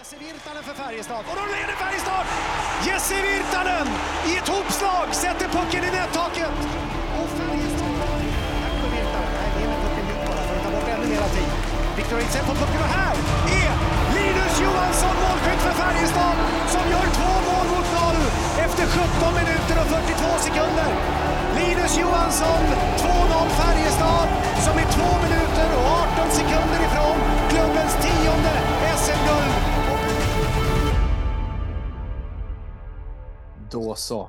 Jesse Virtanen för Färjestad. Och de leder Färjestad! Jesse Virtanen i ett hopslag sätter pucken i nättaket. Och Färjestad... Här kommer Virtanen. Nej, det är med pucken dit bara för att ta bort ännu mera tid. Viktor Ejdsell på pucken och här är Linus Johansson, målskytt för Färjestad, som gör 2 mål mot 0 efter 17 minuter och 42 sekunder. Linus Johansson, 2-0 Färjestad, som är 2 minuter och 18 sekunder ifrån klubbens 10:e SM-guld. Då så.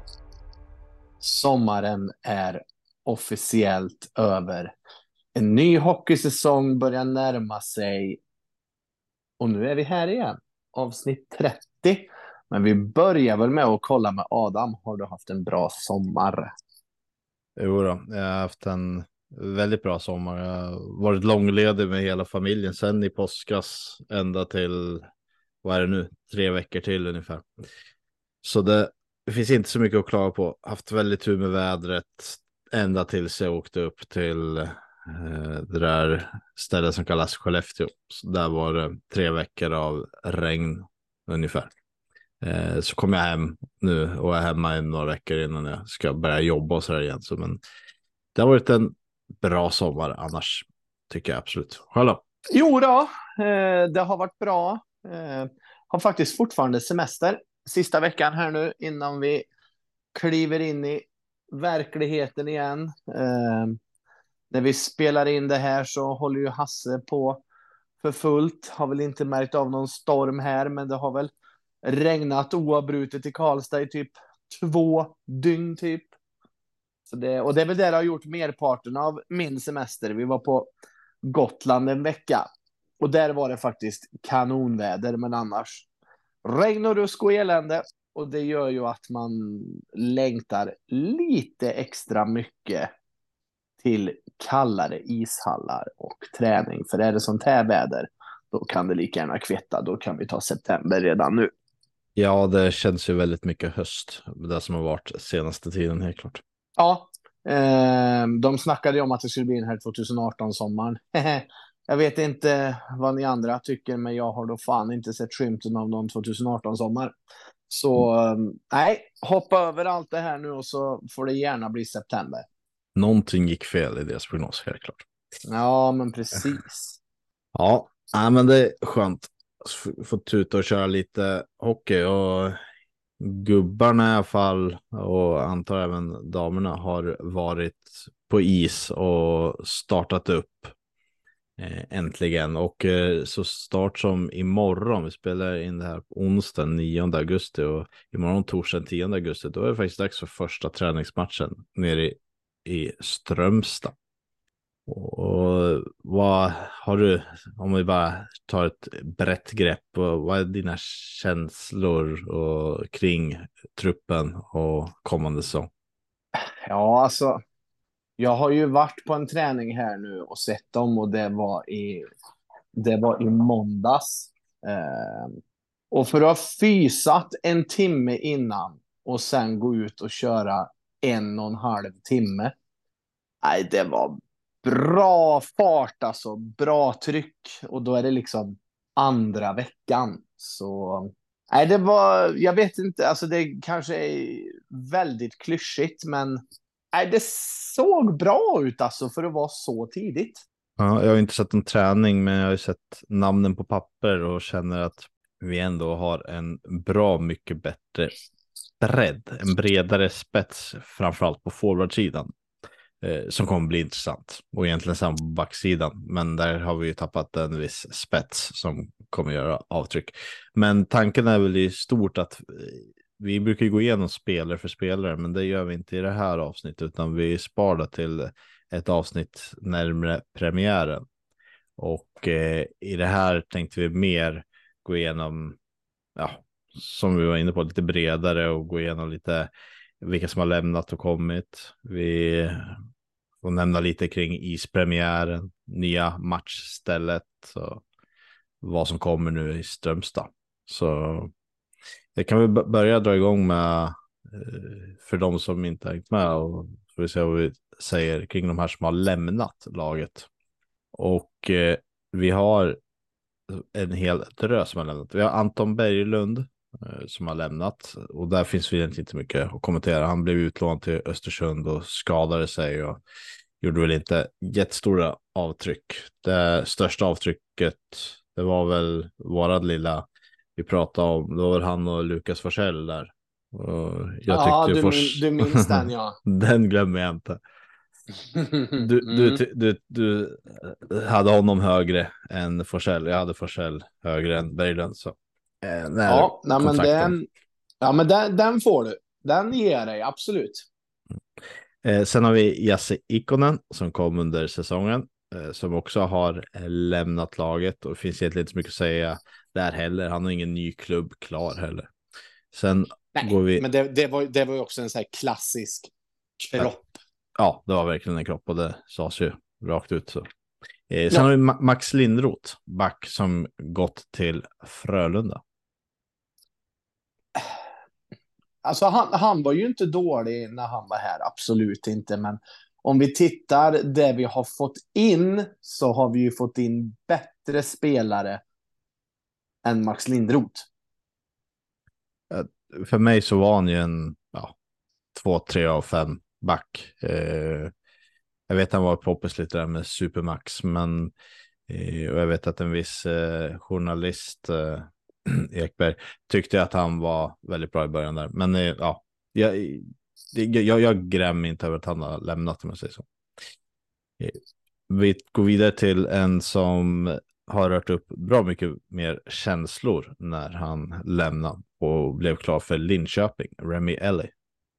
Sommaren är officiellt över. En ny hockeysäsong börjar närma sig. Och nu är vi här igen. Avsnitt 30. Men vi börjar väl med att kolla med Adam. Har du haft en bra sommar? Jo då, jag har haft en väldigt bra sommar. Jag har varit långledig med hela familjen sen i påskas ända till, vad är det nu, 3 veckor till ungefär. Så det finns inte så mycket att klaga på. Haft väldigt tur med vädret ända tills jag åkte upp till det där stället som kallas Skellefteå. Så där var det 3 veckor av regn ungefär. Så kom jag hem nu och är hemma i några veckor innan jag ska börja jobba och så där igen. Så, men det har varit en bra sommar annars, tycker jag absolut. Själv då? Jo då, det har varit bra. Har faktiskt fortfarande semester. Sista veckan här nu innan vi kliver in i verkligheten igen. När vi spelar in det här så håller ju Hasse på för fullt. Har väl inte märkt av någon storm här, men det har väl regnat oavbrutet i Karlstad i typ 2 dygn typ. Så det är väl det har gjort merparten av min semester. Vi var på Gotland en vecka och där var det faktiskt kanonväder, men annars regn och rusk och elände. Och det gör ju att man längtar lite extra mycket till kallare ishallar och träning. För är det sånt här väder, då kan det lika gärna kvitta. Då kan vi ta september redan nu. Ja, det känns ju väldigt mycket höst. Det som har varit senaste tiden, helt klart. Ja, de snackade ju om att det skulle bli den här 2018-sommaren. Jag vet inte vad ni andra tycker, men jag har då fan inte sett skymten av någon 2018-sommar. Så nej, hoppa över allt det här nu och så får det gärna bli september. Någonting gick fel i deras prognos, helt klart. Ja, men precis. Ja, men det är skönt. Få tuta och köra lite hockey, och gubbarna i alla fall, och antar även damerna, har varit på is och startat upp äntligen. Och så start som imorgon, vi spelar in det här på onsdag 9 augusti, och imorgon torsdag 10 augusti, då är det faktiskt dags för första träningsmatchen nere i Strömstad. Och vad har du, om vi bara tar ett brett grepp, och vad är dina känslor och kring truppen och kommande säsong? Ja, alltså jag har ju varit på en träning här nu och sett dem, och det var i måndags. Och för att ha fysat en timme innan och sen gå ut och köra 1,5 timme. Nej, det var bra fart, alltså bra tryck, och då är det liksom andra veckan. Så nej, det var, jag vet inte, alltså det kanske är väldigt klyschigt, men nej, det såg bra ut alltså för att vara så tidigt. Ja, jag har inte sett en träning, men jag har ju sett namnen på papper och känner att vi ändå har en bra mycket bättre bredd, en bredare spets, framförallt på forwardsidan, som kommer bli intressant, och egentligen samma på backsidan, men där har vi ju tappat en viss spets som kommer göra avtryck. Men tanken är väl i stort att vi brukar gå igenom spelare för spelare, men det gör vi inte i det här avsnittet, utan vi sparar till ett avsnitt närmare premiären. Och i det här tänkte vi mer gå igenom, ja, som vi var inne på, lite bredare, och gå igenom lite vilka som har lämnat och kommit. Vi får nämna lite kring ispremiären, nya matchstället och vad som kommer nu i Strömstad. Så det kan vi börja dra igång med, för de som inte har hängt med, och får vi se vad vi säger kring de här som har lämnat laget. Och vi har en hel drös som har lämnat. Vi har Anton Berglund som har lämnat, och där finns vi egentligen inte mycket att kommentera. Han blev utlånad till Östersund och skadade sig och gjorde väl inte jättestora avtryck. Det största avtrycket, det var väl våra lilla vi pratade om, det var väl han och Lukas Forsell där. Och jag tyckte du minns den, ja. Den glömmer jag inte. Du hade honom högre än Forsell. Jag hade Forsell högre än Berglund. Så, den får du. Den ger dig, absolut. Sen har vi Jasse Ikonen som kom under säsongen. Som också har lämnat laget. Och det finns egentligen inte så mycket att säga där heller. Han har ingen ny klubb klar heller. Sen går vi... Men det var ju också en så här klassisk kropp. Ja, det var verkligen en kropp, och det sades ju rakt ut så. Sen har vi Max Lindroth, back som gått till Frölunda. Alltså han var ju inte dålig när han var här, absolut inte. Men om vi tittar det vi har fått in, så har vi ju fått in bättre spelare än Max Lindroth. För mig så var han ju en 2-3 av 5 back. Jag vet att han var poppis lite där med Supermax, men och jag vet att en viss journalist Ekberg tyckte att han var väldigt bra i början där. Men jag grämmer inte över att han har lämnat, om jag säger så. Vi går vidare till en som har rört upp bra mycket mer känslor när han lämnade och blev klar för Linköping, Remi Ellie.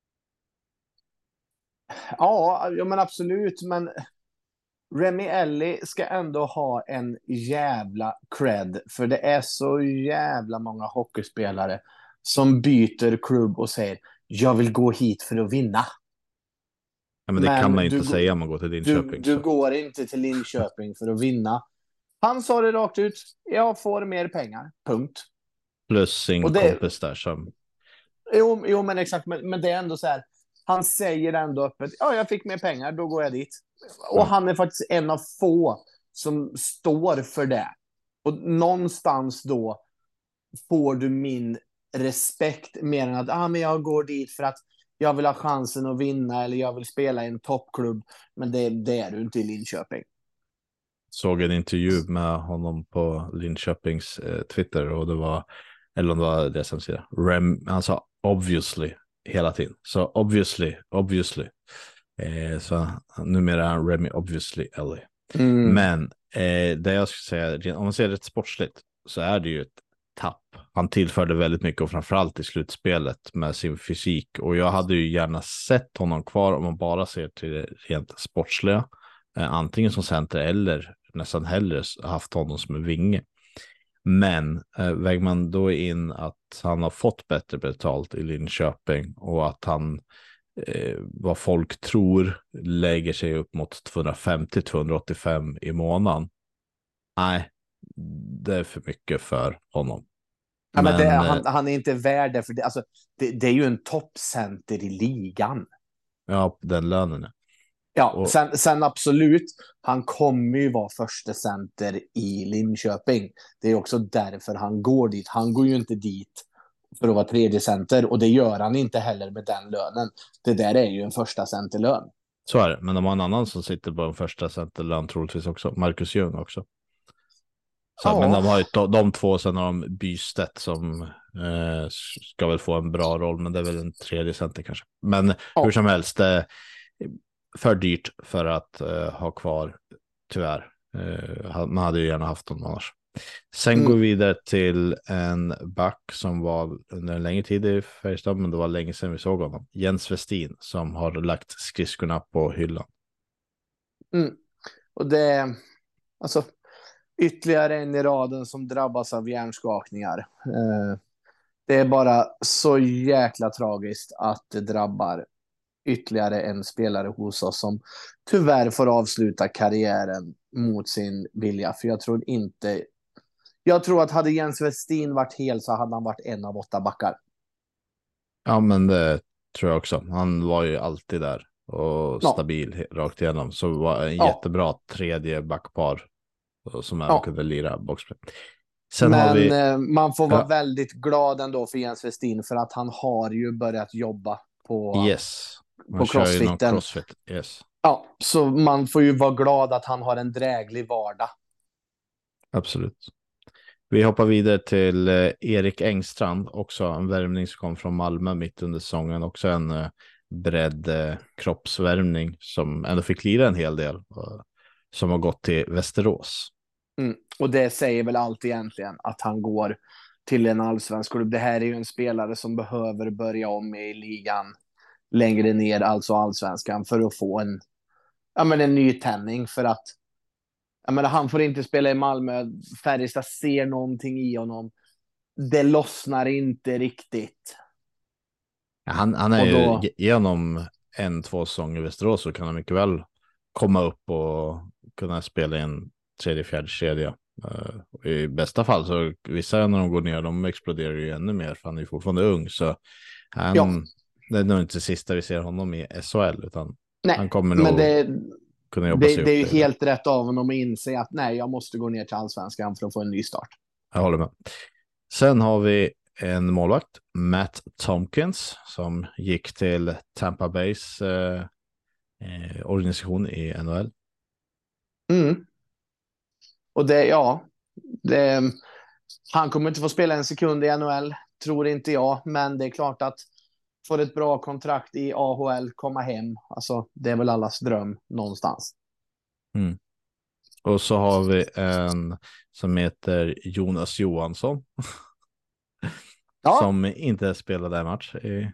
Ja, men absolut. Men Remi Ellie ska ändå ha en jävla cred. För det är så jävla många hockeyspelare som byter klubb och säger jag vill gå hit för att vinna. Ja, men det kan man inte säga om man går till Linköping. Du går inte till Linköping för att vinna. Han sa det rakt ut. Jag får mer pengar. Punkt. Plus sin kompis där som... Jo, men exakt. Men det är ändå så här. Han säger ändå öppet, jag fick mer pengar, då går jag dit. Och han är faktiskt en av få som står för det. Och någonstans då får du min respekt mer än att men jag går dit för att jag vill ha chansen att vinna eller jag vill spela i en toppklubb. Men det är du inte i Linköping. Såg en intervju med honom på Linköpings Twitter, och det var, eller om det var det som säger han sa obviously hela tiden. Så obviously. Så numera är han Remi obviously Ellie. Men det jag skulle säga, om man ser det sportsligt, så är det ju ett tapp. Han tillförde väldigt mycket, och framförallt i slutspelet med sin fysik. Och jag hade ju gärna sett honom kvar om man bara ser till det rent sportsliga. Antingen som center eller nästan hellre haft honom som en vinge. Men väger man då in att han har fått bättre betalt i Linköping och att han, vad folk tror, lägger sig upp mot 250-285 i månaden. Nej, det är för mycket för honom. Ja, men han är inte värd det, för det, alltså, det är ju en toppcenter i ligan. Ja, den lönen är. Ja, sen absolut, han kommer ju vara första center i Linköping. Det är också därför han går dit. Han går ju inte dit för att vara tredje center, och det gör han inte heller med den lönen. Det där är ju en första centerlön. Så är det, men de har en annan som sitter på en första centerlön troligtvis också. Marcus Ljung också. Så, ja. Men de har ju de två, sen har de Bystedt som ska väl få en bra roll, men det är väl en tredje center kanske. Men hur som helst, det är för dyrt för att ha kvar, tyvärr. Man hade ju gärna haft honom annars. Sen går vi vidare till en back som var under en längre tid i Färjestad, men det var länge sedan vi såg honom. Jens Westin, som har lagt skridskorna på hyllan. Och det, alltså, ytterligare en i raden som drabbas av hjärnskakningar. Det är bara så jäkla tragiskt att det drabbar ytterligare en spelare hos oss som tyvärr får avsluta karriären mot sin vilja. För jag tror att hade Jens Westin varit hel så hade han varit en av 8 backar. Ja, men det tror jag också. Han var ju alltid där och stabil rakt igenom. Så var en jättebra tredje backpar som även kunde lira boxplay. Sen Men har vi... man får vara Ja, väldigt glad ändå för Jens Westin, för att han har ju börjat jobba yes. Man på kör ju någon crossfiten. crossfit. Yes. Ja, så man får ju vara glad att han har en dräglig vardag. Absolut. Vi hoppar vidare till Erik Engstrand, också en värvning som kom från Malmö mitt under säsongen. Också en bredd kroppsvärvning som ändå fick lira en hel del, som har gått till Västerås. Och det säger väl allt egentligen, att han går till en allsvensk klubb. Det här är ju en spelare som behöver börja om i ligan längre ner, alltså allsvenskan, för att få en nytändning. För att han får inte spela i Malmö. Färjestad ser någonting i honom. Det lossnar inte riktigt. Han är Och då... ju genom 1-2 säsonger i Västerås, så kan han mycket väl komma upp och kunna spela i en 3:e, 4:e kedja. I bästa fall så vissa när de går ner, de exploderar ju ännu mer, för han är ju fortfarande ung, så det är nog inte det sista vi ser honom i SHL, utan han kommer nog kunna jobba sig upp. Det är ju helt rätt av honom att inse att jag måste gå ner till allsvenskan för att få en ny start. Jag håller med. Sen har vi en målvakt, Matt Tompkins, som gick till Tampa Bays organisation i NHL. Och han kommer inte få spela en sekund i NHL, tror inte jag. Men det är klart att får ett bra kontrakt i AHL, komma hem. Alltså, det är väl allas dröm någonstans. Och så har vi en som heter Jonas Johansson. Som inte spelade en match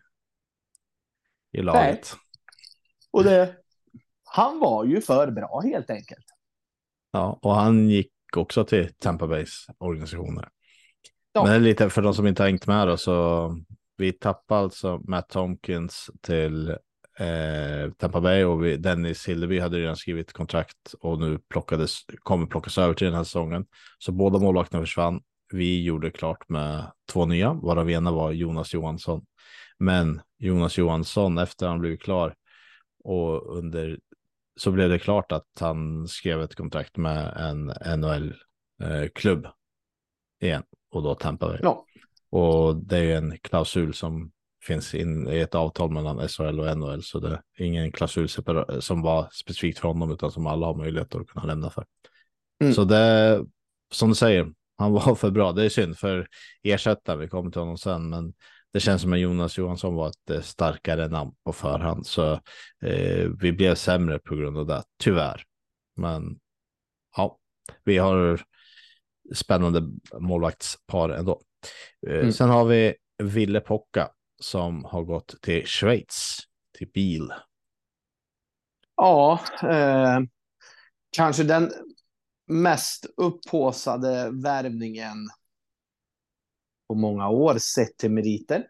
i laget. Nej. Och han var ju för bra, helt enkelt. Ja, och han gick också till Tampa Bays organisationer. Ja. Men lite för de som inte har hängt med då, så vi tappade alltså Matt Tompkins till Tampa Bay, och Dennis Hildeby hade redan skrivit kontrakt och nu kommer plockas över till den här säsongen. Så båda målvakterna försvann. Vi gjorde klart med 2 nya, varav ena var Jonas Johansson. Men Jonas Johansson, efter han blev klar så blev det klart att han skrev ett kontrakt med en NHL-klubb igen, och då Tampa Bay. Ja. Och det är ju en klausul som finns i ett avtal mellan SHL och NHL, så det är ingen klausul som var specifikt för honom, utan som alla har möjlighet att kunna lämna för. Så det, som du säger, han var för bra. Det är synd för ersättare, vi kommer till honom sen, men det känns som att Jonas Johansson var ett starkare namn på förhand, så vi blev sämre på grund av det, tyvärr. Men ja, vi har spännande målvaktspar ändå. Sen har vi Ville Pocka som har gått till Schweiz, till Biel. Ja, kanske den mest upphaussade värvningen på många år sett till meriter.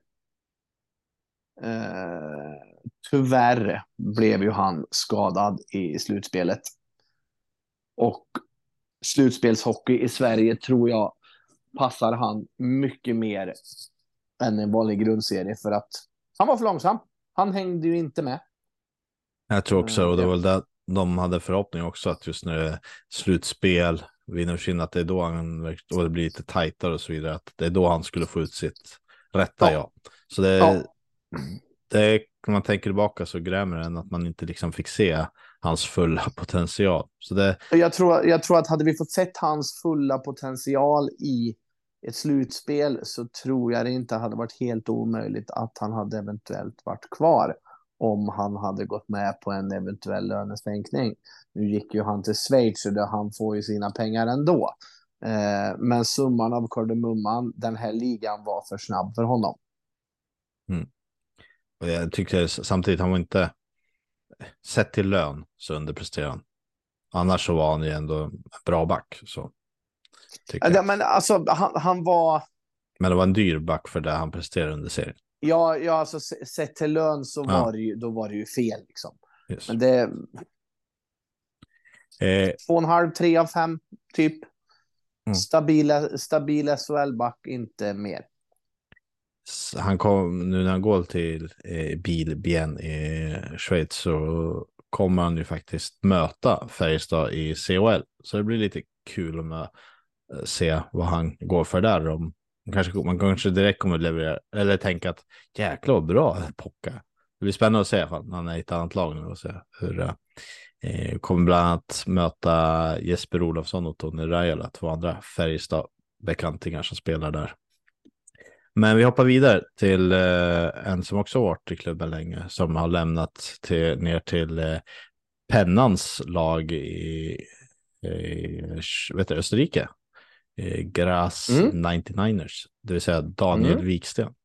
Tyvärr blev ju han skadad i slutspelet. Och slutspelshockey i Sverige tror jag passar han mycket mer än en vanlig grundserie, för att han var för långsam. Han hängde ju inte med. Jag tror också, och det var väl där de hade förhoppning också, att just när det är slutspel, vinner, att det är då och det blir lite tajtare och så vidare, att det är då han skulle få ut sitt rätta. Så det när man tänker tillbaka så grämer den att man inte liksom fick se hans fulla potential. Så jag tror att hade vi fått sett hans fulla potential i ett slutspel, så tror jag det inte hade varit helt omöjligt att han hade eventuellt varit kvar om han hade gått med på en eventuell lönesänkning. Nu gick ju han till Schweiz, så han får ju sina pengar ändå. Men summan av kardemumman, den här ligan var för snabb för honom. Och jag tyckte samtidigt han var inte sett till lön så underpresterade han. Annars så var han ju ändå en bra back. Så, men alltså, han var... Men det var en dyr back för det han presterade under serien. Ja, alltså sett till lön så var det ju fel liksom. Yes. Men det... 2,5, 3 av 5 typ. Stabil SHL-back, inte mer. Han kom, nu när han går till Biel i Schweiz, så kommer han ju faktiskt möta Färjestad i CHL. Så det blir lite kul med se vad han går för där. Man kanske direkt kommer att leverera, eller tänka att jäklar vad bra Pocka. Det blir spännande att se ifall han är i ett annat lag nu och se hur det kommer bland annat möta Jesper Olofsson och Tony Rajala, 2 andra Färjestad-bekantingar som spelar där. Men vi hoppar vidare till en som också varit i klubben länge, som har lämnat ner till Pennans lag i Österrike. Graz 99ers, det vill säga Daniel Wiksten.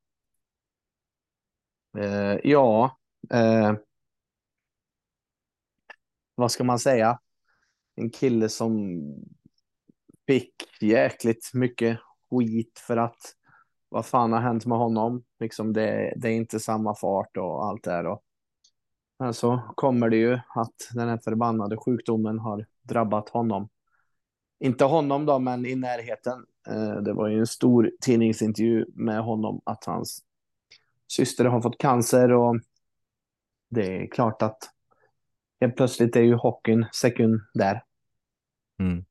Vad ska man säga? En kille som fick jäkligt mycket skit för att vad fan har hänt med honom? Liksom det är inte samma fart och allt det där. Och så kommer det ju att den här förbannade sjukdomen har drabbat honom. Inte honom då, men i närheten. Det var ju en stor tidningsintervju med honom att hans syster har fått cancer, och det är klart att helt plötsligt är ju hockeyn sekundär. Mm.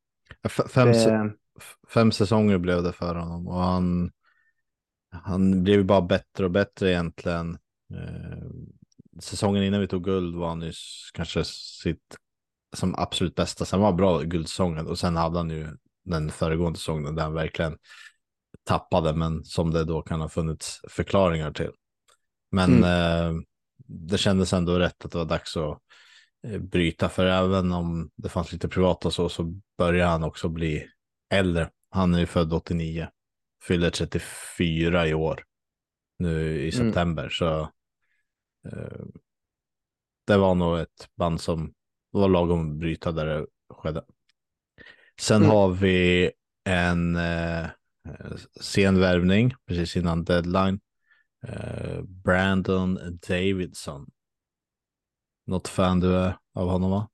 5 säsonger blev det för honom, och han blev bara bättre och bättre egentligen. Säsongen innan vi tog guld var han ju kanske sitt som absolut bästa. Sen var bra guldsäsongen, och sen hade han ju den föregående säsongen där han verkligen tappade, men som det då kan ha funnits förklaringar till. Men det kändes ändå rätt att det var dags att bryta, för även om det fanns lite privata så började han också bli äldre. Han är ju född 89, fyller 34 i år nu i september, så det var nog ett band som var lagom att bryta där det skedde. Sen har vi en sen värvning precis innan deadline. Brandon Davidson. Något fan du är av honom, va?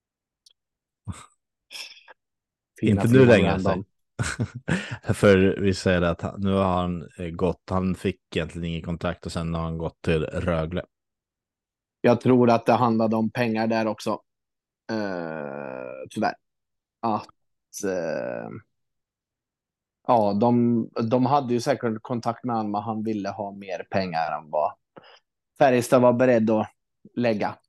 Inte nu längre. För vi säger att nu har han gått. Han fick egentligen ingen kontrakt, och sen har han gått till Rögle. Jag tror att det handlade om pengar där också. Tyvärr. Att ja, de hade ju säkert kontakt med honom, men han ville ha mer pengar än vad Färjestad var beredd att lägga.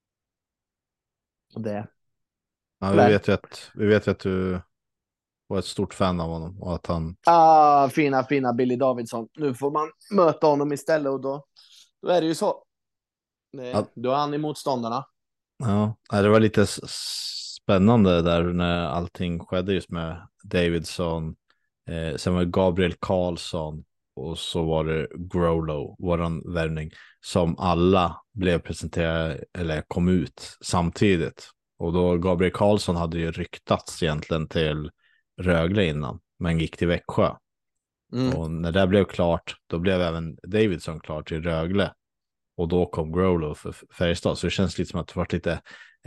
Och det. Ja, vi vet ju att du var ett stort fan av honom, och att han fina Billy Davidsson. Nu får man möta honom istället, och då är det ju så. Då är han i motståndarna. Ja, det var lite spännande där när allting skedde just med Davidson. Sen var det Gabriel Karlsson, och så var det Grolo, våran värvning, som alla blev presenterade eller kom ut samtidigt. Och då Gabriel Karlsson hade ju ryktats egentligen till Rögle innan, men gick till Växjö. Och när det blev klart, då blev även Davidson klar till Rögle. Och då kom Grolo för Färjestad. Så det känns lite som att det var lite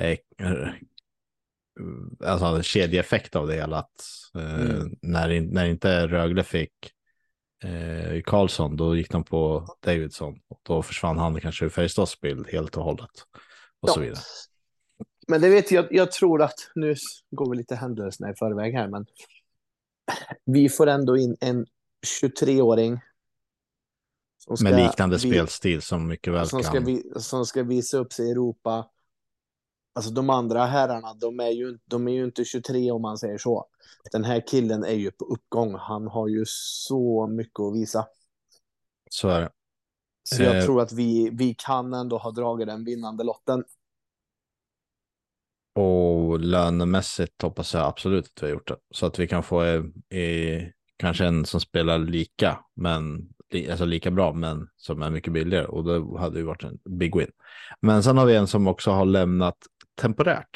alltså en kedjeeffekt av det hela. Att när inte Rögle fick Karlsson, då gick de på Davidson. Och då försvann han kanske ur Färjestads bild helt och hållet. Och så vidare. Men det vet jag tror att nu går vi lite händelserna i förväg här, men vi får ändå in en 23-åring med liknande spelstil som mycket väl som ska visa upp sig i Europa. Alltså de andra herrarna, de är ju inte 23 om man säger så. Den här killen är ju på uppgång. Han har ju så mycket att visa. Så är det. Så jag tror att vi kan ändå ha dragit den vinnande lotten. Och lönemässigt hoppas jag absolut att vi har gjort det. Så att vi kan få kanske en som spelar lika bra, men som är mycket billigare. Och det hade ju varit en big win. Men sen har vi en som också har lämnat temporärt.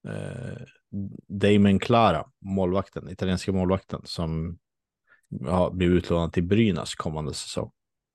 Damon Clara, italienska målvakten, som har blivit utlånad till Brynäs kommande säsong.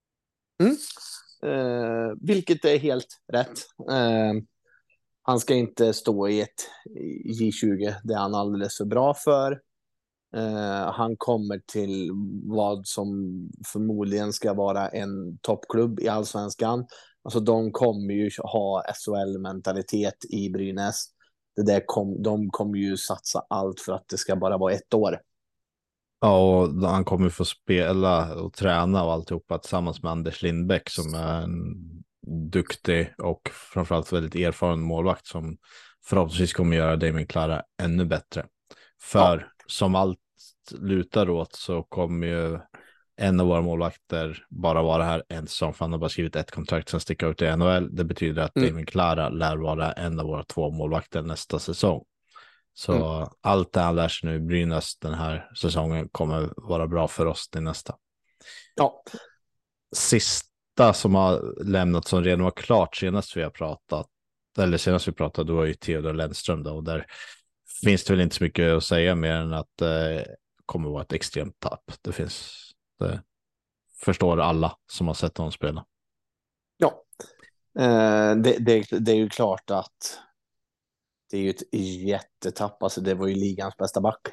Vilket är helt rätt. Han ska inte stå i ett J20. Det är han alldeles för bra för. Han kommer till vad som förmodligen ska vara en toppklubb i Allsvenskan. Alltså de kommer ju ha SHL-mentalitet i Brynäs. De kommer ju satsa allt för att det ska bara vara 1 år. Ja, och han kommer få spela och träna och alltihopa tillsammans med Anders Lindbäck som är en duktig och framförallt väldigt erfaren målvakt som förhoppningsvis kommer göra Damien Clara ännu bättre. För som allt lutar åt så kommer ju en av våra målvakter bara vara här en säsong, för han har bara skrivit ett kontrakt som sticker ut i NHL. Det betyder att Damien Clara lär vara en av våra 2 målvakter nästa säsong. Så allt det han lär sig nu i Brynäs den här säsongen kommer vara bra för oss till nästa. Ja. Sista som har lämnat som redan var klart senast vi pratade, då var ju Theodor Lennström då, och där finns det väl inte så mycket att säga mer än att det kommer vara ett extremt tapp. Det förstår alla som har sett honom spela. Ja, det är ju klart att det är ju ett jättetapp. Alltså det var ju ligans bästa back.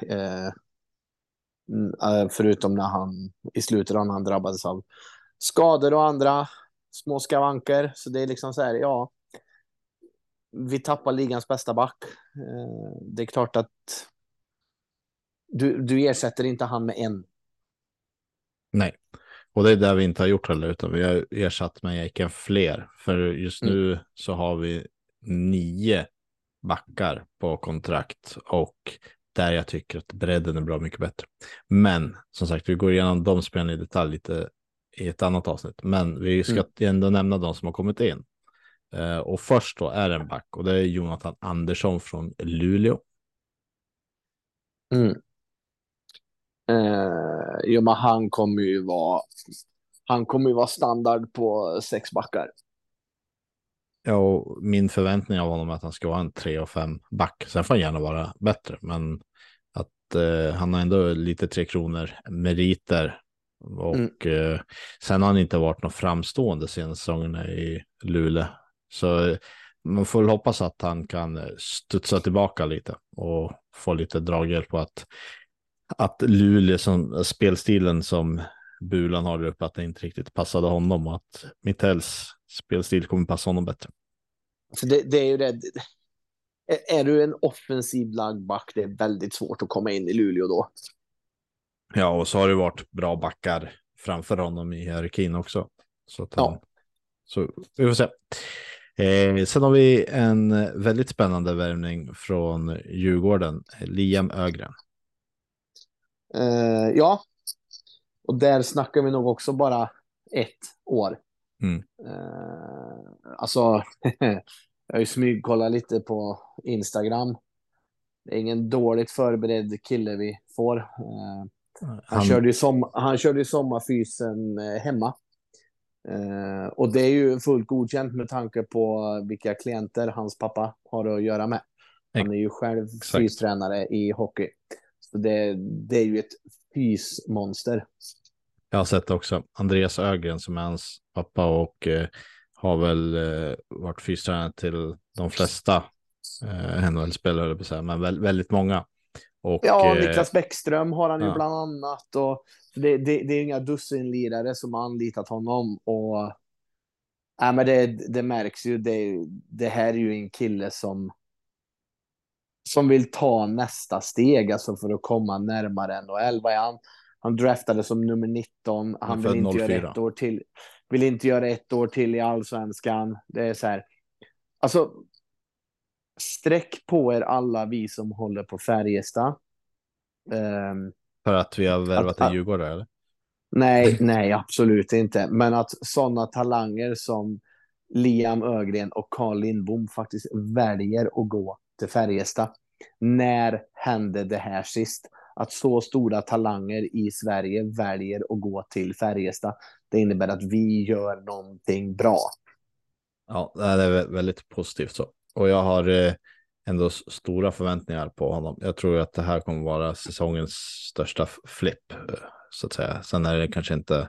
Förutom när han i slutet när han drabbades av skador och andra små skavanker. Så det är liksom så här, ja, vi tappar ligans bästa back. Det är klart att du ersätter inte han med en. Nej, och det är det vi inte har gjort heller, utan vi har ersatt med Eken fler. För just nu så har vi 9 backar på kontrakt, och där jag tycker att bredden är bra mycket bättre. Men som sagt, vi går igenom de spelarna i detalj lite i ett annat avsnitt. Men vi ska ändå nämna de som har kommit in. Och först då är en back, och det är Jonathan Andersson från Luleå. Jo, men han kommer ju vara standard på 6 backar. Ja, och min förväntning av honom är att han ska vara en 3 och 5 back. Sen får han gärna vara bättre, men att han har ändå lite 3 kronor meriter. Och sen har han inte varit något framstående senaste säsongerna i Luleå. Så man får väl hoppas att han kan studsa tillbaka lite och få lite draghjälp på att Luleå, som spelstilen som Bulan har där uppe, att det inte riktigt passade honom, och att Mittells spelstil kommer passa honom bättre. Så det är ju det. Är du en offensiv lagback, det är väldigt svårt att komma in i Luleå då. Ja, och så har det varit bra backar framför honom i Hurricane också. Så att så vi får se. Sen har vi en väldigt spännande värvning från Djurgården, Liam Ögren. Ja, och där snackar vi nog också bara 1 år. Alltså, jag har ju smygkollat lite på Instagram. Det är ingen dåligt förberedd kille vi får. Han körde ju sommarfysen hemma. Och det är ju fullt godkänt med tanke på vilka klienter hans pappa har att göra med. Han är ju själv fystränare i hockey. Så det är ju ett fysmonster. Jag har sett också Andreas Ögren som är hans pappa, och har väl varit fystränare till de flesta NHL-spelare, men väldigt många. Och, ja, Niklas Bäckström har han ju bland annat, och det är inga dussinlirare som har anlitat honom, och men det märks ju, det här är ju en kille som vill ta nästa steg, alltså för att komma närmare NHL. Vad är han? Han draftade som nummer 19. Han vill inte göra 1 år till. Vill inte göra 1 år till i Allsvenskan. Det är så här. Alltså, sträck på er alla vi som håller på Färjestad. För att vi har värvat en Djurgårdare, eller? Nej, absolut inte. Men att sådana talanger som Liam Ögren och Carl Lindbom faktiskt väljer att gå till Färjestad. När hände det här sist? Att så stora talanger i Sverige väljer att gå till Färjestad. Det innebär att vi gör någonting bra. Ja, det är väldigt positivt så. Och jag har ändå stora förväntningar på honom. Jag tror att det här kommer vara säsongens största flipp, så att säga. Sen är det kanske inte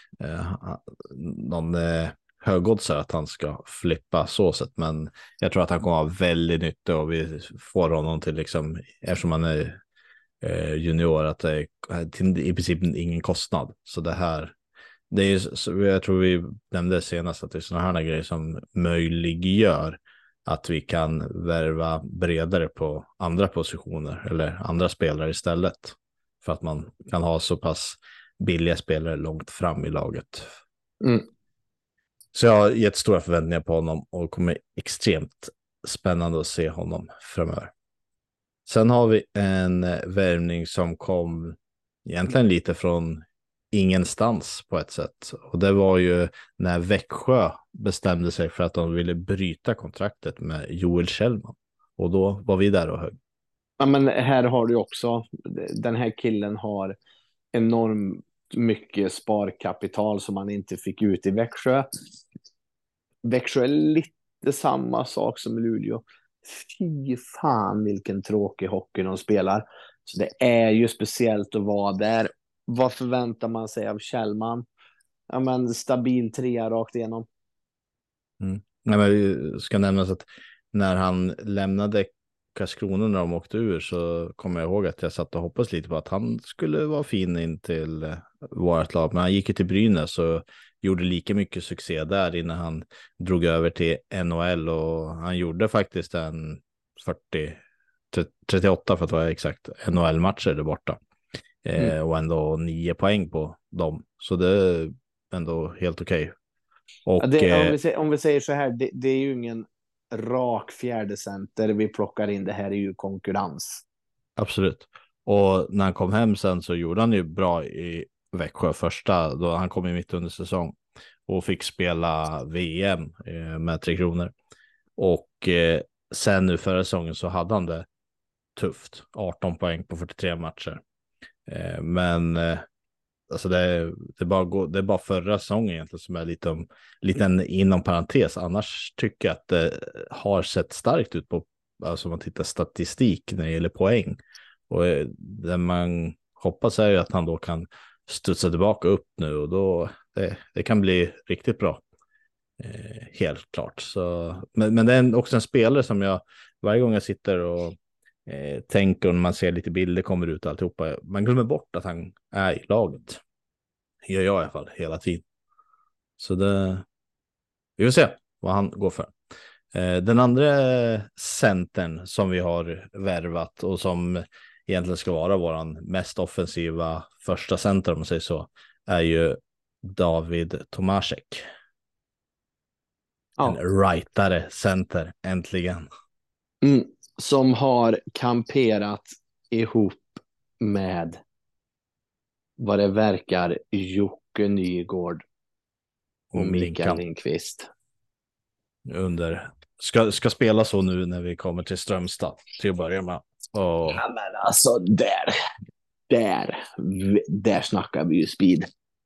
någon högoddsare att han ska flippa så sätt, men jag tror att han kommer ha väldigt nytta, och vi får honom till liksom, eftersom han är junior, att det är i princip ingen kostnad. Så det är ju, jag tror vi nämnde senast att det är sådana här grejer som möjliggör att vi kan värva bredare på andra positioner eller andra spelare istället. för att man kan ha så pass billiga spelare långt fram i laget. Mm. Så jag har gett stora förväntningar på honom och kommer extremt spännande att se honom framöver. Sen har vi en värvning som kom egentligen lite från ingenstans på ett sätt. Och det var ju när Växjö bestämde sig för att de ville bryta kontraktet med Joel Kjellman. Och då var vi där och högg. Ja, men här har du också, den här killen har enormt mycket sparkapital som man inte fick ut i Växjö. Växjö är lite samma sak som Luleå. Fy fan vilken tråkig hockey de spelar. Så det är ju speciellt att vara där. Vad förväntar man sig av Kjellman? Ja, men stabil 3 rakt igenom. Nej, men det ska nämnas att när han lämnade Karlskrona när de åkte ur så kommer jag ihåg att jag satt och hoppades lite på att han skulle vara fin in till vårt lag. Men han gick ju till Brynäs och gjorde lika mycket succé där innan han drog över till NHL, och han gjorde faktiskt en 38 för att vara exakt NHL-matcher där borta. Och ändå 9 poäng på dem. Så det är ändå helt okej. Och, om vi säger så här, det är ju ingen rak fjärde center vi plockar in. Det här är ju konkurrens. Absolut. Och när han kom hem sen så gjorde han ju bra i Växjö första, då han kom i mitt under säsong och fick spela VM med 3 Kronor. Och sen nu förra säsongen så hade han det tufft. 18 poäng på 43 matcher. Men alltså det är bara förra säsongen egentligen som är lite inom parentes. Annars tycker jag att det har sett starkt ut på, alltså om man tittar statistik när det gäller poäng. Och det man hoppas är ju att han då kan studsa tillbaka upp nu, och då det kan bli riktigt bra. Helt klart. Så, men det är också en spelare som jag varje gång jag sitter och tänker, och när man ser lite bilder kommer ut och alltihopa, man glömmer bort att han är i laget. Gör jag i alla fall hela tiden. Så vi får se vad han går för. Den andra centern som vi har värvat och som egentligen ska vara våran mest offensiva första center, om man säger så, är ju David Tomasek. En rightare center, äntligen. Som har kamperat ihop med vad det verkar Jocke Nygård och Mikael Lindqvist. Ska spela så nu när vi kommer till Strömstad till att börja med. Ja, men alltså där snackar vi ju speed.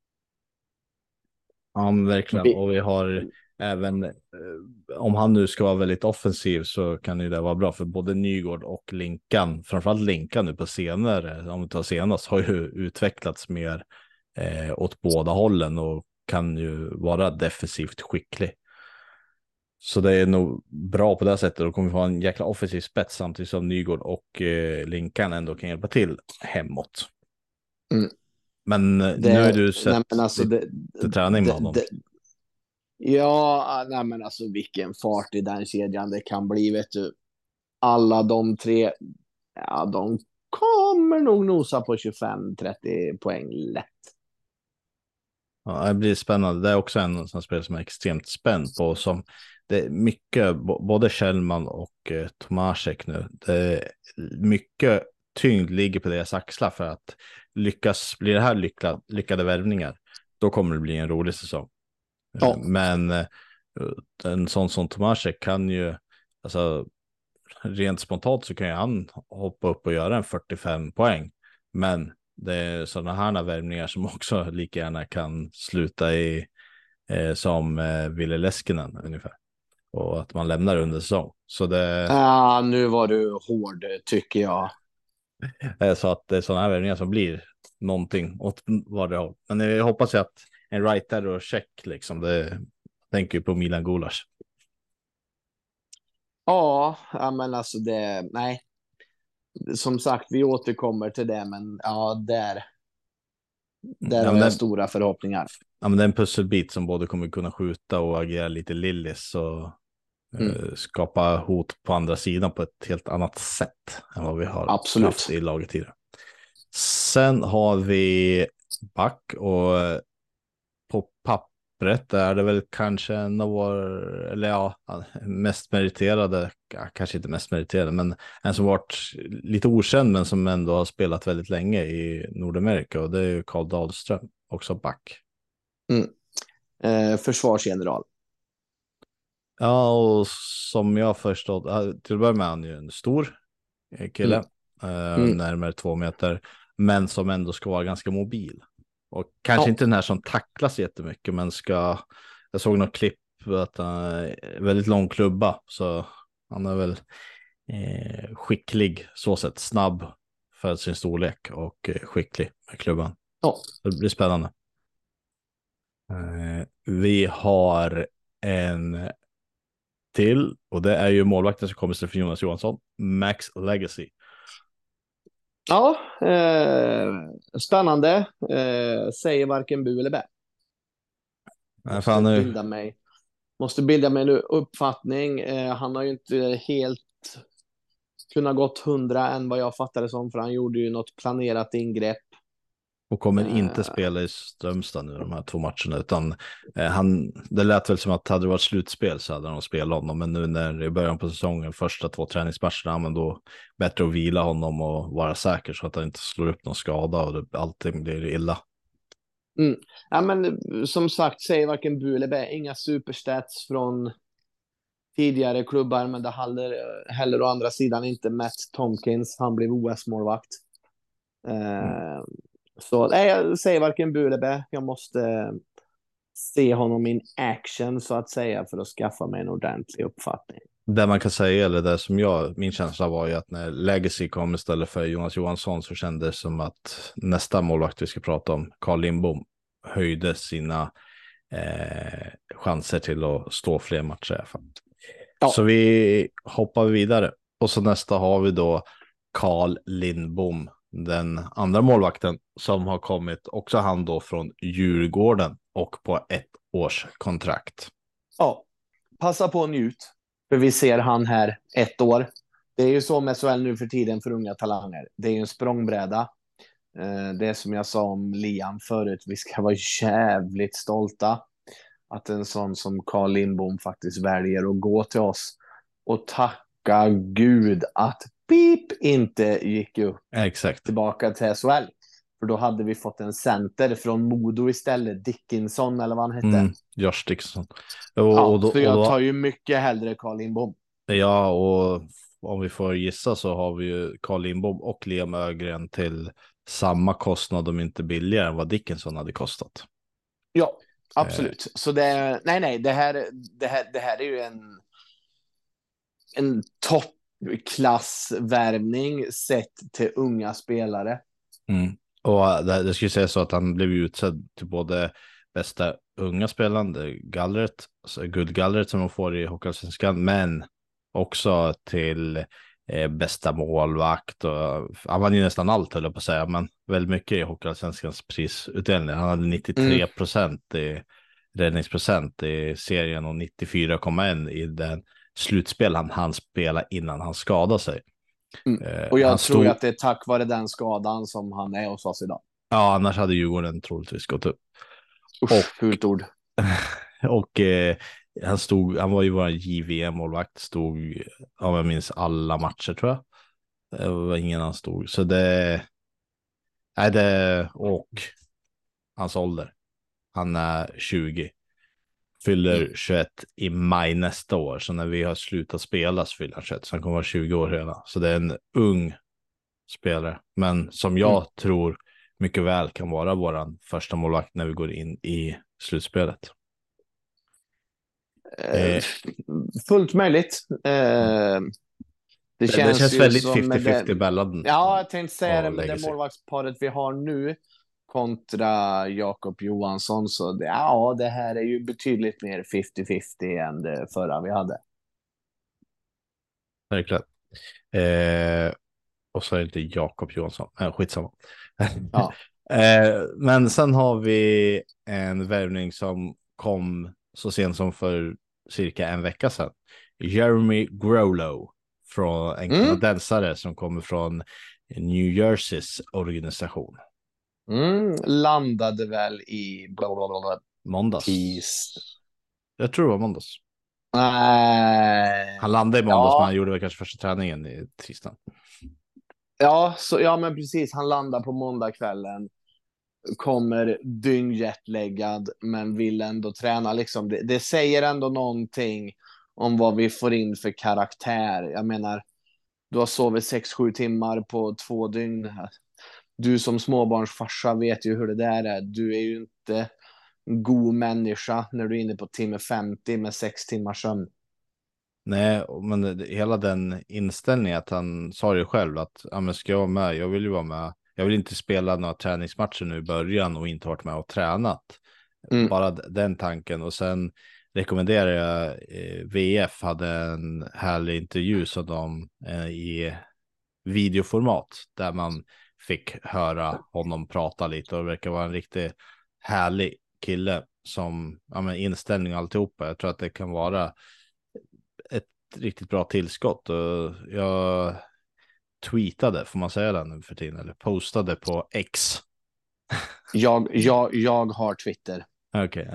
Ja, verkligen. Och vi har även, om han nu ska vara väldigt offensiv så kan ju det vara bra för både Nygård och Linkan. Framförallt Linkan nu på senare, om vi tar senast, har ju utvecklats mer åt båda hållen och kan ju vara defensivt skicklig. Så det är nog bra på det sättet. Då kommer vi ha en jäkla offensiv spets samtidigt som Nygård och Linkan ändå kan hjälpa till hemåt. Men nu är du sett träning med honom. Ja, nej men alltså vilken fart i den kedjan det kan bli, vet du. Alla de 3, ja, de kommer nog nosa på 25-30 poäng lätt. Ja, det blir spännande. Det är också en sån spel som är extremt spänd på, som det är mycket, både Kjellman och Tomasek nu. Det är mycket tyngd ligger på deras axlar för att blir det här lyckade värvningar, då kommer det bli en rolig säsong. Ja. Men en sån som Tomasek kan ju, alltså rent spontant så kan ju han hoppa upp och göra en 45 poäng. Men det är sådana här värvningar som också lika gärna kan sluta i som Ville Leskinen ungefär. Och att man lämnar under säsong. Så nu var du hård tycker jag. Så att det är sådana här värvningar som blir någonting åt vad det har. Men jag hoppas ju att en writer och check liksom, det tänker ju på Milan Gulas. Ja, men alltså nej. Som sagt, vi återkommer till det, men ja, där har jag stora förhoppningar. Ja, men det är en pusselbit som både kommer kunna skjuta och agera lite Lillis och skapa hot på andra sidan på ett helt annat sätt än vad vi har haft i laget tidigare. Sen har vi back och på pappret är det väl kanske en av mest meriterade, kanske inte mest meriterade, men en som varit lite okänd men som ändå har spelat väldigt länge i Nordamerika, och det är ju Carl Dahlström, också back. Försvarsgeneral. Ja, och som jag förstått, till att börja med han är ju en stor kille, närmare 2 meter, men som ändå ska vara ganska mobil. Och kanske inte den här som tacklas jättemycket, men jag såg något klipp att han är väldigt lång klubba, så han är väl skicklig så sett, snabb för sin storlek och skicklig med klubban. Det blir spännande. Vi har en till, och det är ju målvakten som kommer från Jonas Johansson, Max Legacy. Ja, spännande. Säger varken bu eller bä. Måste bilda mig en uppfattning. Han har ju inte helt kunnat gått 100 än vad jag fattade som, för han gjorde ju något planerat ingrepp. Och kommer inte spela i Strömstad nu de här 2 matcherna, utan det lät väl som att hade det varit slutspel så hade de spelat honom, men nu när i början på säsongen, första 2 träningsmatcherna, men då bättre att vila honom och vara säker så att han inte slår upp någon skada och allting blir illa. Ja, men som sagt, säger varken bu eller bä. Inga superstats från tidigare klubbar, men det heller å andra sidan inte Matt Tomkins. Han blev OS-målvakt. Så nej, jag säger varken bu eller bä. Jag måste se honom in action så att säga för att skaffa mig en ordentlig uppfattning. Det man kan säga, eller det som min känsla var ju att när Legacy kom istället för Jonas Johansson, så kändes det som att nästa målvakt vi ska prata om, Carl Lindbom, höjde sina chanser till att stå fler matcher i alla fall. Ja. Så vi hoppar vidare. Och så nästa har vi då Carl Lindbom, den andra målvakten som har kommit, också han då från Djurgården och på 1 års kontrakt. Ja, passa på och njut. För vi ser han här 1 år. Det är ju så med SHL nu för tiden för unga talanger. Det är ju en språngbräda. Det är som jag sa om Liam förut. Vi ska vara jävligt stolta att en sån som Carl Lindbom faktiskt väljer att gå till oss. Och tacka Gud att Pip inte gick upp tillbaka till SHL. För då hade vi fått en center från Modo istället. Dickinson eller vad han hette. Josh Dickinson. Så jag tar ju mycket hellre Carl Lindbom. Ja, och om vi får gissa så har vi ju Carl Lindbom och Liam Ögren till samma kostnad, om inte billigare än vad Dickinson hade kostat. Ja, absolut. Så det här är ju en toppklassvärvning sett till unga spelare. Och det skulle säga så att han blev utsedd till både bästa unga spelande gallret, alltså guldgallret som man får i Hockeyallsvenskan, men också till bästa målvakt, och han vann ju nästan allt, höll jag på att säga, men väldigt mycket i Hockeyallsvenskans prisutdelning. Han hade 93% i räddningsprocent i serien och 94,1 i den slutspel han spelade innan han skadade sig. Och jag tror att det är tack vare den skadan som han är hos oss idag. Ja, annars hade Djurgården troligtvis gått upp. Fult ord. Och han var ju vår JVM-målvakt, stod, om jag minns, alla matcher tror jag. Det var ingen han stod. Så och hans ålder. Han är 20. Fyller 21 i maj nästa år. Så när vi har slutat spela så fyller han 21. Så han kommer vara 20 år redan. Så det är en ung spelare. Men som jag tror mycket väl kan vara våran första målvakt när vi går in i slutspelet. Fullt möjligt. Det känns väldigt 50-50 ballad. Ja, jag tänkte säga det, med det målvaktsparet vi har nu kontra Jakob Johansson, så det här är ju betydligt mer 50-50 än det förra vi hade. Verkligen. Och så är det inte Jakob Johansson. Skitsamma. Ja. Men sen har vi en värvning som kom så sent som för cirka en vecka sedan. Jeremy Growlow, från en kanadensare som kommer från New Jerseys organisation. Landade väl i blablabla. Måndags. Tis. Jag tror det var måndags. Nej. Han landade i måndags, men han gjorde väl kanske första träningen i tisdagen. Ja, men precis. Han landar på måndagskvällen. Kommer dyngjetläggad, men vill ändå träna. Liksom. Det säger ändå någonting om vad vi får in för karaktär. Jag menar, du har sovit 6-7 timmar på 2 dygn. Du som småbarnsfarsa vet ju hur det där är. Du är ju inte en god människa när du är inne på timme 50 med 6 timmars sömn. Nej, men hela den inställningen att han sa ju själv att ja, men ska jag vara med? Jag vill ju vara med. Jag vill inte spela några träningsmatcher nu i början och inte varit med och tränat. Bara den tanken. Och sen rekommenderar jag VF hade en härlig intervju som de i videoformat där man fick höra honom prata lite, och det verkar vara en riktigt härlig kille som inställning och alltihopa. Jag tror att det kan vara ett riktigt bra tillskott, och jag tweetade, får man säga det nu för tiden, eller postade på X. Jag har Twitter. Okej,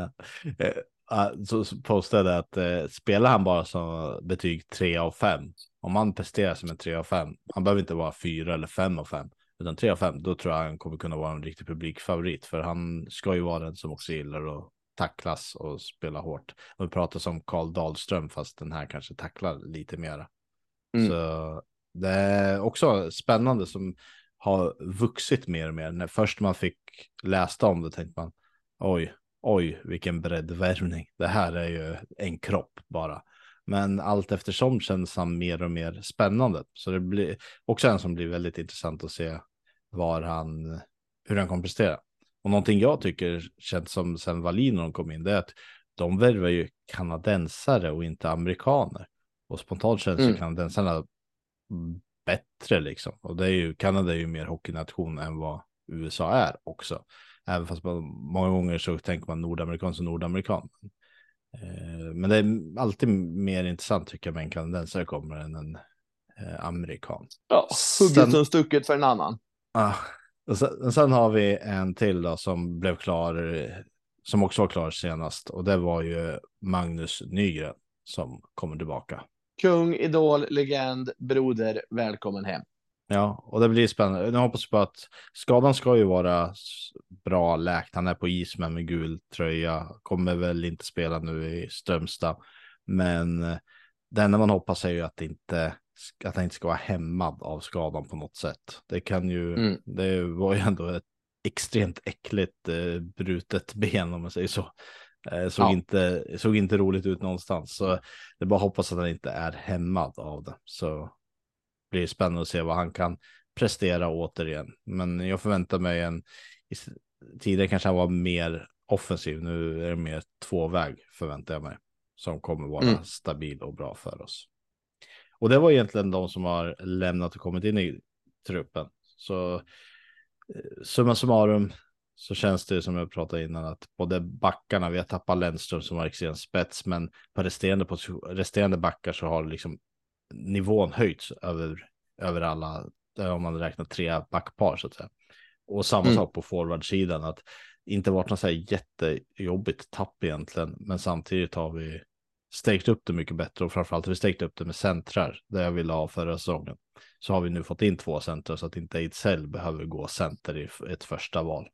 så postade att spelar han bara som betyg 3 av 5, om han presterar som en 3 av 5, han behöver inte vara 4 eller 5 av 5, utan 3 av 5, då tror jag han kommer kunna vara en riktig publikfavorit, för han ska ju vara den som också gillar att tacklas och spela hårt. Och vi pratar som Karl Dahlström, fast den här kanske tacklar lite mera. Så det är också spännande som har vuxit mer och mer. När först man fick läsa om det tänkte man, oj, vilken breddvärvning. Det här är ju en kropp bara. Men allt eftersom känns han mer och mer spännande. Så det blir också en som blir väldigt intressant att se hur han kommer prestera. Och någonting jag tycker känns som sen Wallin när de kom in, det är att de värvar ju kanadensare och inte amerikaner. Och spontant känns ju kanadensarna bättre liksom. Och det är ju, Kanada är ju mer hockeynation än vad USA är också. Även fast många gånger så tänker man nordamerikan som nordamerikan. Men det är alltid mer intressant tycker jag med en kanadensare kommer än en amerikan. Ja, hugget som stucket för en annan. Och sen har vi en till då som blev klar, som också var klar senast, och det var ju Magnus Nygren som kommer tillbaka. Kung, idol, legend, broder, välkommen hem. Ja, och det blir spännande. Jag hoppas på att skadan ska ju vara bra läkt. Han är på is med gul tröja. Kommer väl inte spela nu i Strömstad. Men det enda man hoppas är ju att han inte ska vara hämmad av skadan på något sätt. Det kan ju, det var ju ändå ett extremt äckligt brutet ben om man säger så. Såg inte roligt ut någonstans. Så det är bara hoppas att han inte är hämmad av det. Så blir det spännande att se vad han kan prestera återigen. Men jag förväntar mig tidigare kanske han var mer offensiv. Nu är det mer tvåväg förväntar jag mig. Som kommer vara stabil och bra för oss. Och det var egentligen de som har lämnat och kommit in i truppen. Så summa summarum så känns det som jag pratade innan att både backarna, vi har tappat Lennström som var extremt spets, men på resterande backar så har liksom nivån höjts över alla, om man räknar 3 backpar så att säga. Och samma sak på forwardsidan, att inte varit något så här jättejobbigt tapp egentligen, men samtidigt har vi stärkt upp det mycket bättre, och framförallt har vi stärkt upp det med centrar där jag ville ha förra säsongen. Så har vi nu fått in 2 centrar så att inte Ejdsell behöver gå center i ett första val.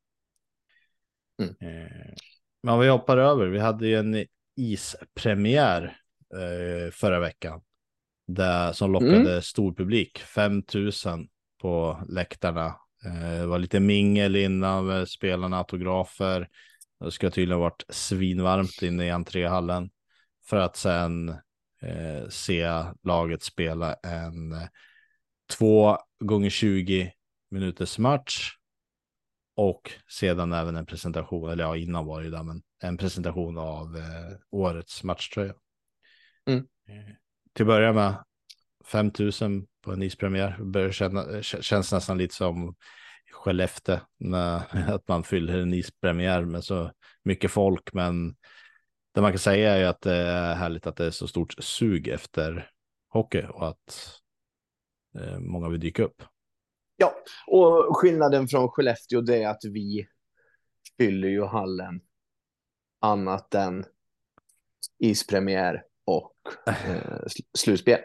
Men vi hoppar över. Vi hade ju en ispremiär förra veckan som lockade stor publik. 5,000 på läktarna. Det var lite mingel innan med spelarna, autografer. Det ska tydligen ha varit svinvarmt inne i entréhallen för att sen se laget spela en 2 gånger 20 minuters match. Och sedan även en presentation, eller ja, innan var det där, men en presentation av årets matchtröja. Till att börja med 5,000 på en ispremiär. Känns nästan lite som Skellefteå att man fyller en ispremiär med så mycket folk. Men det man kan säga är ju att det är härligt att det är så stort sug efter hockey och att många vill dyka upp. Ja, och skillnaden från Skellefteå det är att vi fyller ju hallen annat än ispremiär och slutspel.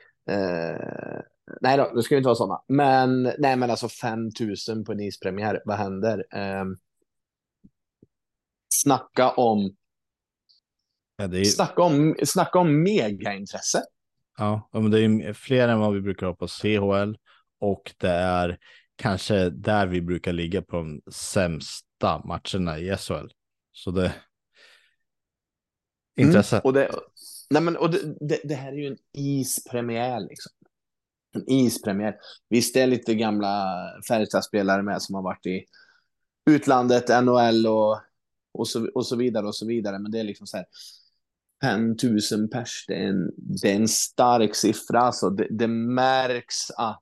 Nej då, det ska ju inte vara sådana. Men alltså 5 000 på en ispremiär, vad händer? Snacka om Ja, det är, snacka om megaintresse. ja, men det är fler än vad vi brukar ha på CHL, och det är kanske där vi brukar ligga på de sämsta matcherna i SHL. Så det intresse. Och det här är ju en ispremiär liksom. En ispremiär. Visst, det är lite gamla Färjestad-spelare med som har varit i utlandet, NHL och så vidare och så vidare. Men det är liksom så här 5 000 pers. Det är en stark siffra. Alltså det märks att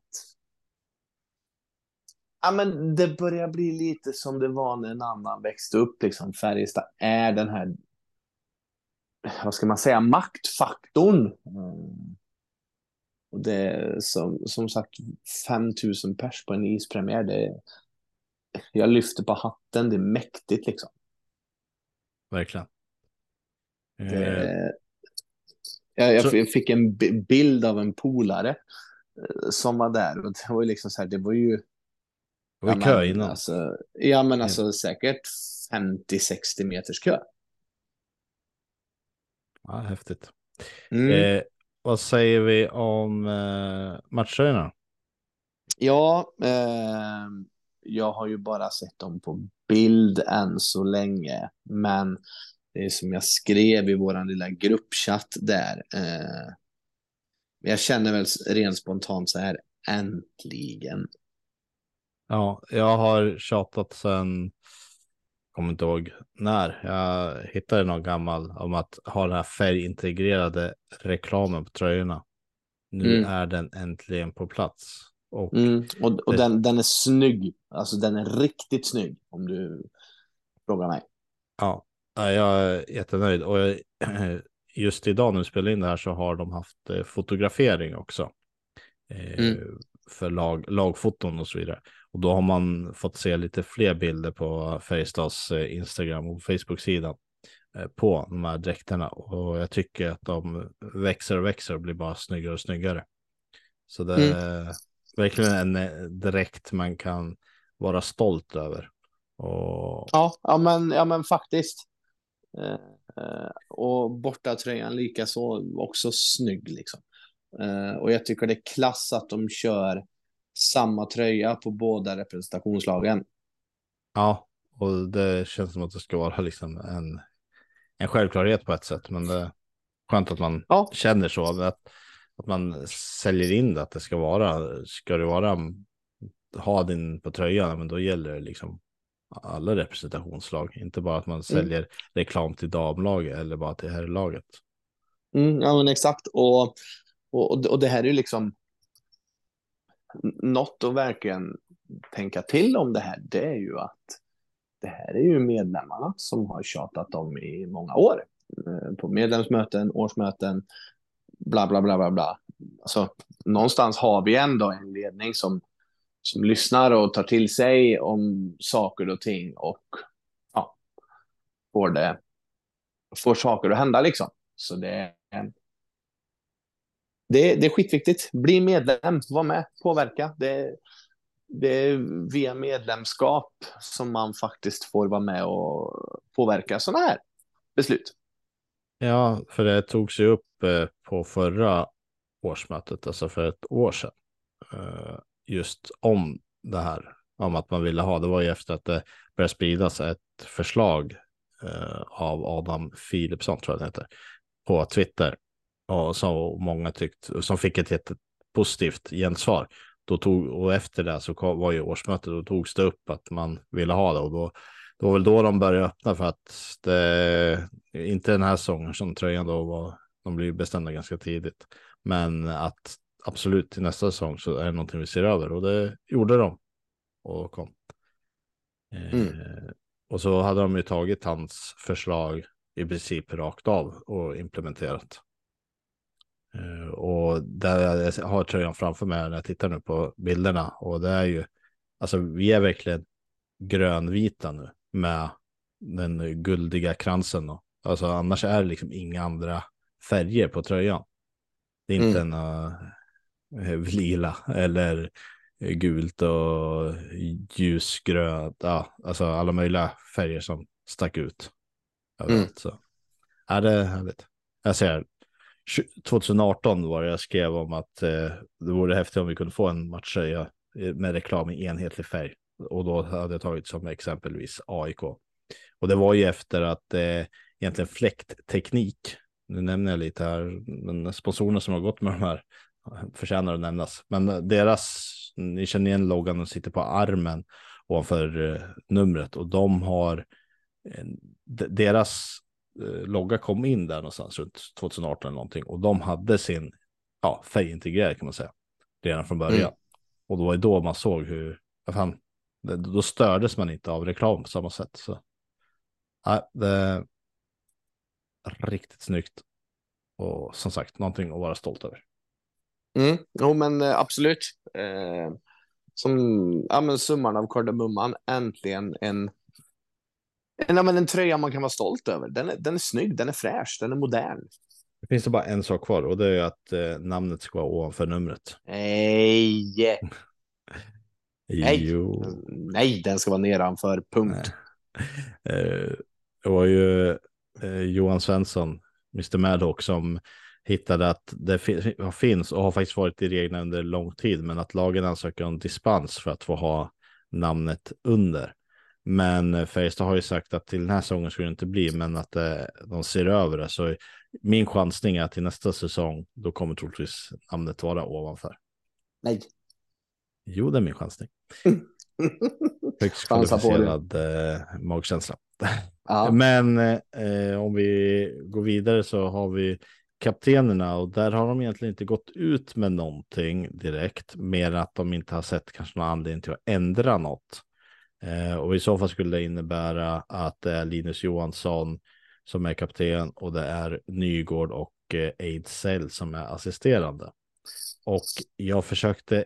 ja, men det börjar bli lite som det var när en annan växte upp. Liksom. Färjestad är den här, vad ska man säga, maktfaktorn. Och det är som sagt 5 000 pers på en ispremiär. Jag lyfter på hatten, det är mäktigt liksom. Verkligen. Jag fick en bild av en polare som var där, och det var ju liksom så här, det var ju Det var kö innan. Alltså säkert 50-60 meters kö. Ja, häftigt. Vad säger vi om matcherna? Ja, jag har ju bara sett dem på bild än så länge, men det är som jag skrev i våran lilla gruppchatt där. Jag känner väl rent spontant så här, äntligen. Ja, jag har tjatat sen, kommer inte ihåg när, jag hittade någon gammal om att ha den här färgintegrerade reklamen på tröjorna. Nu är den äntligen på plats. Och den är snygg. Alltså den är riktigt snygg, om du frågar mig. Ja, jag är jättenöjd. Och just idag när vi spelar in det här så har de haft fotografering också. För lagfoton och så vidare. Och då har man fått se lite fler bilder på Färjestads Instagram och Facebook-sidan på de här dräkterna. Och jag tycker att de växer och växer och blir bara snyggare och snyggare. Så det är verkligen en dräkt man kan vara stolt över. Och... Ja, men faktiskt. Och bortatröjan lika så också snygg liksom. Och jag tycker det är klass att de kör samma tröja på båda representationslagen. Ja, och det känns som att det ska vara liksom en självklarhet på ett sätt, men det är skönt att man känner så, att man säljer in det, att det ska det vara ha din på tröjan, men då gäller det liksom alla representationslag, inte bara att man säljer reklam till damlag eller bara till herrlaget. Ja, men exakt. Och det här är ju liksom något att verkligen tänka till om det här. Det är ju att det här är ju medlemmarna som har tjatat om i många år. På medlemsmöten, årsmöten, bla bla bla bla bla. Alltså, någonstans har vi ändå en ledning som lyssnar och tar till sig om saker och ting och får saker att hända liksom. Så det är skitviktigt. Bli medlem, var med, påverka. Det är via medlemskap som man faktiskt får vara med och påverka sådana här beslut. Ja, för det togs ju upp på förra årsmötet, alltså för ett år sedan. Just om det här, om att man ville ha, det var ju efter att det började spridas ett förslag av Adam Philipsson, tror jag det heter, på Twitter. Och så många tyckte, som fick ett jättepositivt gensvar. Och efter det så var ju årsmötet, och togs det upp att man ville ha det, och då var väl då de började öppna, för att det inte den här säsongen som tröjan då de blir bestämda ganska tidigt, men att absolut till nästa säsong så är det någonting vi ser över, och det gjorde de och kom. Och så hade de ju tagit hans förslag i princip rakt av och implementerat. Och där jag har tröjan framför mig när jag tittar nu på bilderna. Och det är ju, alltså vi är verkligen grönvita nu med den guldiga kransen. Och, alltså annars är det liksom inga andra färger på tröjan. Det är inte lila eller gult och ljusgrönt. Ja, alltså alla möjliga färger som stack ut. Så är det härligt. Jag säger 2018 var det jag skrev om att det vore häftigt om vi kunde få en matchtröja med reklam i enhetlig färg. Och då hade jag tagit som exempelvis AIK. Och det var ju efter att egentligen fläktteknik, nu nämner jag lite här, men sponsorerna som har gått med de här förtjänar att nämnas. Men deras, ni känner igen loggan och sitter på armen ovanför numret, och de har deras logga kom in där någonstans runt 2018 eller någonting, och de hade sin färgintegrerad kan man säga redan från början. Och då var det då man såg hur då stördes man inte av reklam på samma sätt. Så det är riktigt snyggt och som sagt någonting att vara stolt över. Jo, men absolut. Men summan av kardemumman, äntligen en tröja man kan vara stolt över. Den är snygg, den är fräsch, den är modern. Det finns det bara en sak kvar, och det är att namnet ska vara ovanför numret. Nej, den ska vara nedanför, punkt. Det var ju Johan Svensson, Mr. Maddock, som hittade att det finns och har faktiskt varit i reglerna under lång tid, men att lagen ansöker om dispens för att få ha namnet under. Men Färjestad har ju sagt att till den här säsongen skulle det inte bli, men att de ser över det. Så min chansning är att till nästa säsong då kommer troligtvis namnet vara ovanför. Nej. Jo, det är min chansning. Högst kvalificerad magkänsla. Ja. Men om vi går vidare så har vi kaptenerna, och där har de egentligen inte gått ut med någonting direkt, mer att de inte har sett kanske någon anledning till att ändra något. Och i så fall skulle det innebära att det är Linus Johansson som är kapten, och det är Nygård och Ejdsell som är assisterande. Och jag försökte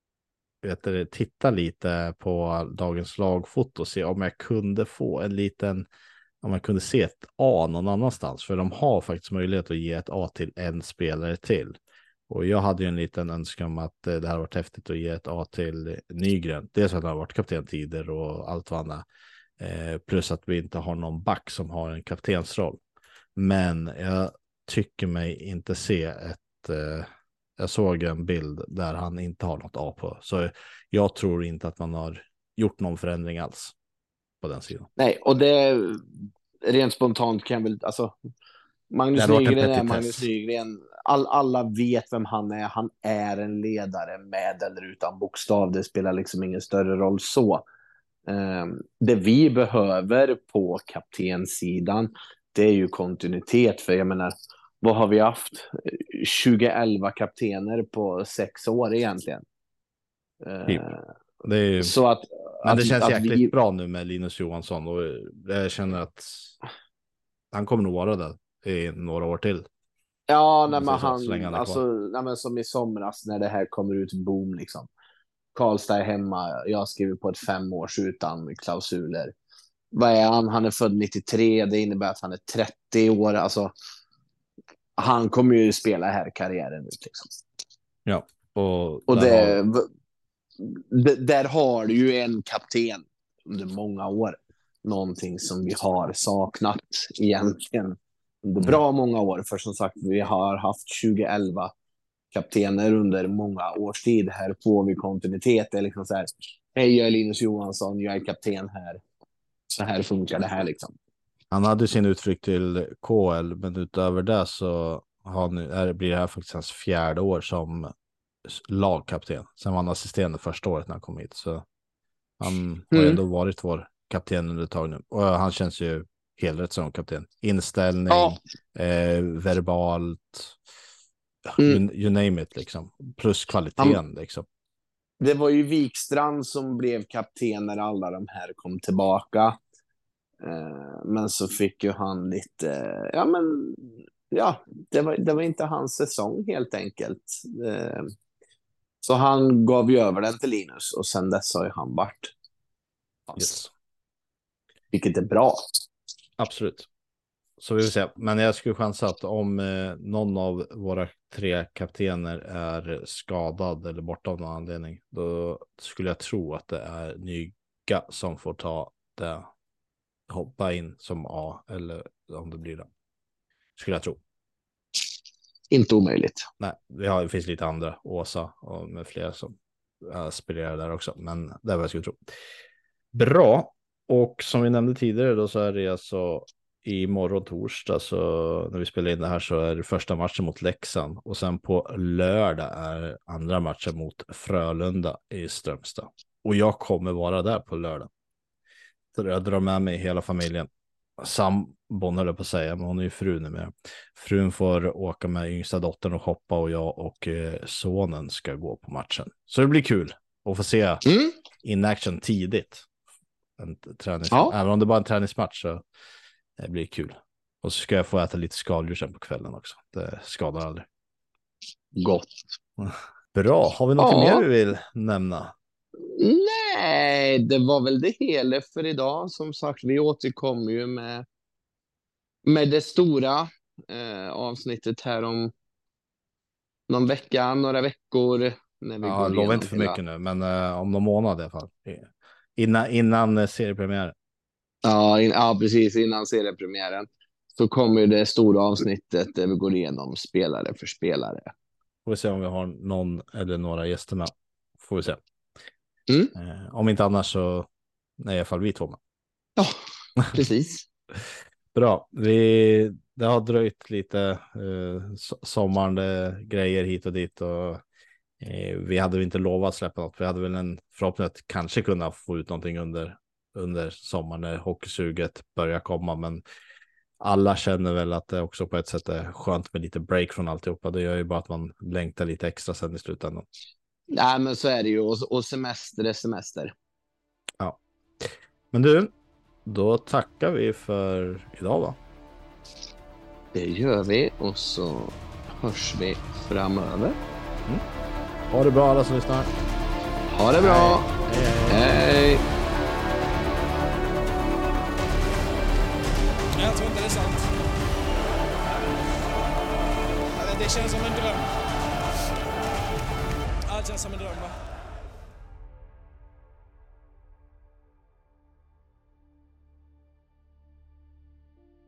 titta lite på dagens lagfoto och se om jag kunde få om jag kunde se ett A någon annanstans, för de har faktiskt möjlighet att ge ett A till en spelare till. Och jag hade ju en liten önskan om att det här varit häftigt att ge ett A till Nygren. Dels att han har varit kapten tidigare och allt vad annat. Plus att vi inte har någon back som har en kaptensroll. Men jag tycker mig inte se jag såg en bild där han inte har något A på. Så jag tror inte att man har gjort någon förändring alls på den sidan. Nej, och det rent spontant kan jag väl, alltså Magnus Nygren är Magnus Nygren. Alla vet vem han är. Han är en ledare med eller utan bokstav. Det spelar liksom ingen större roll så. Det vi behöver på kaptensidan, det är ju kontinuitet. För jag menar, vad har vi haft? 2011 kaptener på 6 år egentligen. Det är ju... Så att, men det känns jäkligt bra nu med Linus Johansson, och jag känner att han kommer nog vara där i några år till. Ja, när man som i somras när det här kommer ut boom liksom. Karlstad är hemma, jag skriver på ett 5-års utan klausuler. Vad är han? Han är född 93, det innebär att han är 30 år. Alltså, han kommer ju spela här karriären ut liksom. Ja, och där har du ju en kapten under många år. Någonting som vi har saknat egentligen under bra många år. För som sagt, vi har haft 2011 kaptener under många års tid. Här får vi kontinuitet. Det är liksom så här, hej, jag är Linus Johansson, jag är kapten här. Så här funkar det här liksom. Han hade sin utflykt till KL, men utöver det så blir det här faktiskt hans 4:e år som lagkapten. Sen var han assisterande första året när han kom hit. Så han har ändå varit vår kapten under ett tag nu. Och han känns ju helt rätt som kapten. Inställning, verbalt, you name it liksom. Plus kvaliteten liksom. Det var ju Wikstrand som blev kapten när alla de här kom tillbaka. Men så fick ju han lite ja, det var inte hans säsong helt enkelt. Så han gav ju över den till Linus och sen dess har ju han varit fast. Yes. Vilket är bra. Absolut. Så vi vill se. Men jag skulle chansa att om någon av våra 3 kaptener är skadad eller borta av någon anledning, då skulle jag tro att det är Nyga som får ta det, hoppa in som A, eller om det blir det. Skulle jag tro. Inte omöjligt. Nej, det finns lite andra, Åsa och med flera som aspirerar där också, men det är vad jag skulle tro. Bra, och som vi nämnde tidigare då, så är det alltså imorgon torsdag, så när vi spelar in det här så är det första matchen mot Leksand, och sen på lördag är andra matchen mot Frölunda i Strömstad. Och jag kommer vara där på lördag. Så jag drar med mig hela familjen. Sambon höll jag på att säga, men hon är ju fru numera. Frun får åka med yngsta dottern och shoppa, och jag och sonen ska gå på matchen. Så det blir kul att få se in action tidigt. Även om det bara är en träningsmatch, så det blir kul. Och så ska jag få äta lite skaldjur sen på kvällen också. Det skadar aldrig. Gott. Bra, har vi något mer vi vill nämna? Nej, det var väl det hela för idag. Som sagt, vi återkommer ju med det stora avsnittet här om någon vecka, några veckor. När vi går lovar inte för mycket nu, men om någon månad i alla fall. Innan seriepremiären. Ja, precis. Innan seriepremiären så kommer det stora avsnittet där vi går igenom spelare för spelare. Får vi se om vi har någon eller några gäster med. Får vi se. Om inte annars så är i alla fall vi 2 med. Ja, precis. Bra. Det har dröjt lite sommaren, grejer hit och dit, och vi hade väl inte lovat att släppa något. Vi hade väl en förhoppning att kanske kunna få ut någonting under sommaren när hockeysuget börjar komma, men alla känner väl att det också på ett sätt är skönt med lite break från alltihopa. Det gör ju bara att man längtar lite extra sen i slutändan. Nej, men så är det ju. Och semester är semester. Ja. Men du, då tackar vi för idag, va? Det gör vi, och så hörs vi framöver. Ha det bra alla som lyssnar. Ha det bra. Hej. Jag tror inte det är sant. Det känns som en dröm. Allt känns som en dröm, va?